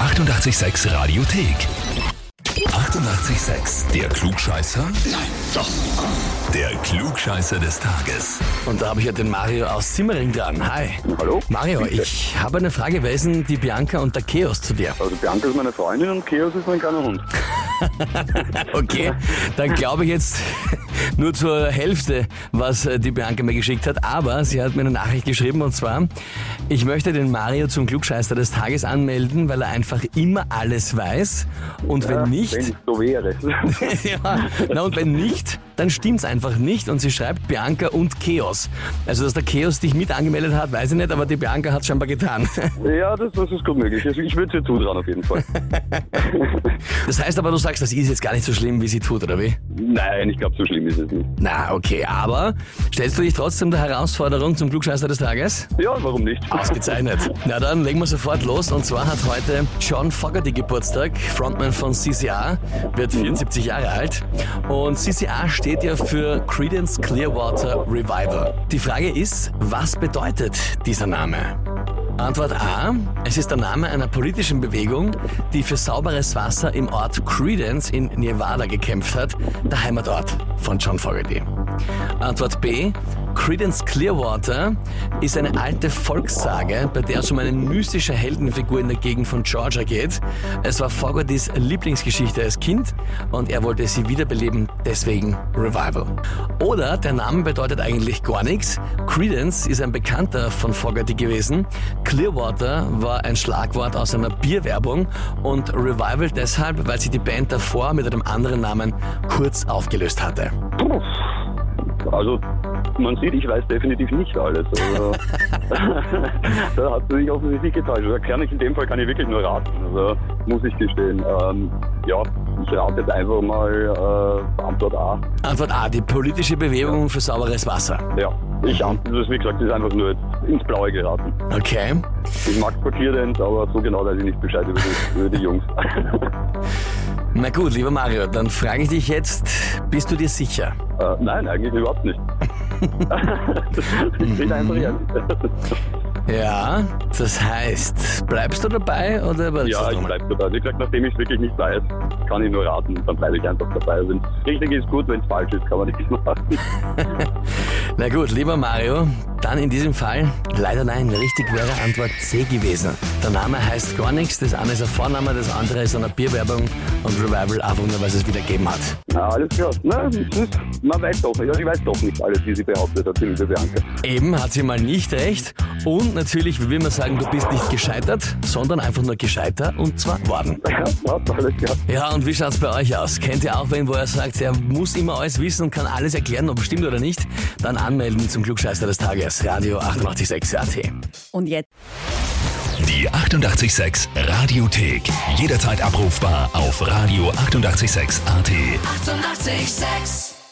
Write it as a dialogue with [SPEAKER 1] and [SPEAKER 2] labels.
[SPEAKER 1] 886 Radiothek. 88,6. Der Klugscheißer? Nein, doch. Der Klugscheißer des Tages.
[SPEAKER 2] Und da habe ich ja den Mario aus Simmering dran. Hi.
[SPEAKER 3] Hallo?
[SPEAKER 2] Mario, ich habe eine Frage. Wer ist denn die Bianca und der Chaos zu dir?
[SPEAKER 3] Also Bianca ist meine Freundin und Chaos ist mein kleiner Hund.
[SPEAKER 2] Okay, dann glaube ich jetzt nur zur Hälfte, was die Bianca mir geschickt hat. Aber sie hat mir eine Nachricht geschrieben und zwar, ich möchte den Mario zum Klugscheißer des Tages anmelden, weil er einfach immer alles weiß. Und wenn nicht...
[SPEAKER 3] Wenn es so wäre.
[SPEAKER 2] ja, na und wenn nicht, dann stimmt's einfach nicht. Und sie schreibt Bianca und Chaos. Also, dass der Chaos dich mit angemeldet hat, weiß ich nicht, aber die Bianca hat scheinbar getan.
[SPEAKER 3] Ja, das ist gut möglich. Also ich würde es ihr zutrauen auf jeden Fall.
[SPEAKER 2] Das heißt aber, du sagst, das ist jetzt gar nicht so schlimm, wie sie tut, oder wie?
[SPEAKER 3] Nein, ich glaube, so schlimm ist es nicht.
[SPEAKER 2] Na, okay, aber stellst du dich trotzdem der Herausforderung zum Klugscheißer des Tages?
[SPEAKER 3] Ja, warum nicht?
[SPEAKER 2] Ausgezeichnet. Na dann legen wir sofort los. Und zwar hat heute John Fogerty Geburtstag, Frontman von CCR, wird 74 Jahre alt. Und CCR steht ja für Creedence Clearwater Revival. Die Frage ist, was bedeutet dieser Name? Antwort A. Es ist der Name einer politischen Bewegung, die für sauberes Wasser im Ort Creedence in Nevada gekämpft hat, der Heimatort von John Fogerty. Antwort B. Creedence Clearwater ist eine alte Volkssage, bei der es um eine mystische Heldenfigur in der Gegend von Georgia geht. Es war Fogertys Lieblingsgeschichte als Kind und er wollte sie wiederbeleben, deswegen Revival. Oder der Name bedeutet eigentlich gar nichts. Creedence ist ein Bekannter von Fogerty gewesen. Clearwater war ein Schlagwort aus einer Bierwerbung und Revival deshalb, weil sich die Band davor mit einem anderen Namen kurz aufgelöst hatte.
[SPEAKER 3] Also, man sieht, ich weiß definitiv nicht alles. Also, da hat sie sich offensichtlich getäuscht. Also, in dem Fall kann ich wirklich nur raten. Also, muss ich gestehen. Ja, ich rate jetzt einfach mal Antwort A.
[SPEAKER 2] Antwort A, die politische Bewegung für sauberes Wasser.
[SPEAKER 3] Ja, das ist, wie gesagt, das ist einfach nur jetzt ins Blaue geraten.
[SPEAKER 2] Okay.
[SPEAKER 3] Ich mag Clearance, aber so genau weiß ich nicht Bescheid über die Jungs.
[SPEAKER 2] Na gut, lieber Mario, dann frage ich dich jetzt, bist du dir sicher?
[SPEAKER 3] Nein, eigentlich überhaupt nicht. Ich bin einfach ehrlich.
[SPEAKER 2] Ja, das heißt, bleibst du dabei oder was?
[SPEAKER 3] Ja, ich bleib dabei. Wie gesagt, nachdem ich es wirklich nicht weiß, kann ich nur raten. Dann bleibe ich einfach dabei. Wenn es richtig ist, gut. Wenn es falsch ist, kann man nichts machen.
[SPEAKER 2] Na gut, lieber Mario, dann in diesem Fall leider nein. Richtig wäre Antwort C gewesen. Der Name heißt gar nichts. Das eine ist ein Vorname, das andere ist eine Bierwerbung und Revival einfach nur, weil es es wieder gegeben hat.
[SPEAKER 3] Ja, alles klar. Man weiß doch. Ja, ich weiß doch nicht alles, wie sie behauptet hat, die liebe Bianca.
[SPEAKER 2] Eben, hat sie mal nicht recht. Und natürlich, wie will man sagen, du bist nicht gescheitert, sondern einfach nur gescheiter und zwar worden.
[SPEAKER 3] Ja, alles klar.
[SPEAKER 2] Ja, und wie schaut's bei euch aus? Kennt ihr auch wen, wo er sagt, er muss immer alles wissen und kann alles erklären, ob es stimmt oder nicht? Dann anmelden zum Klugscheißer des Tages. Radio 88.6 AT.
[SPEAKER 4] Und jetzt
[SPEAKER 1] Die 88,6 Radiothek. Jederzeit abrufbar auf Radio 88,6 AT.
[SPEAKER 5] 88,6.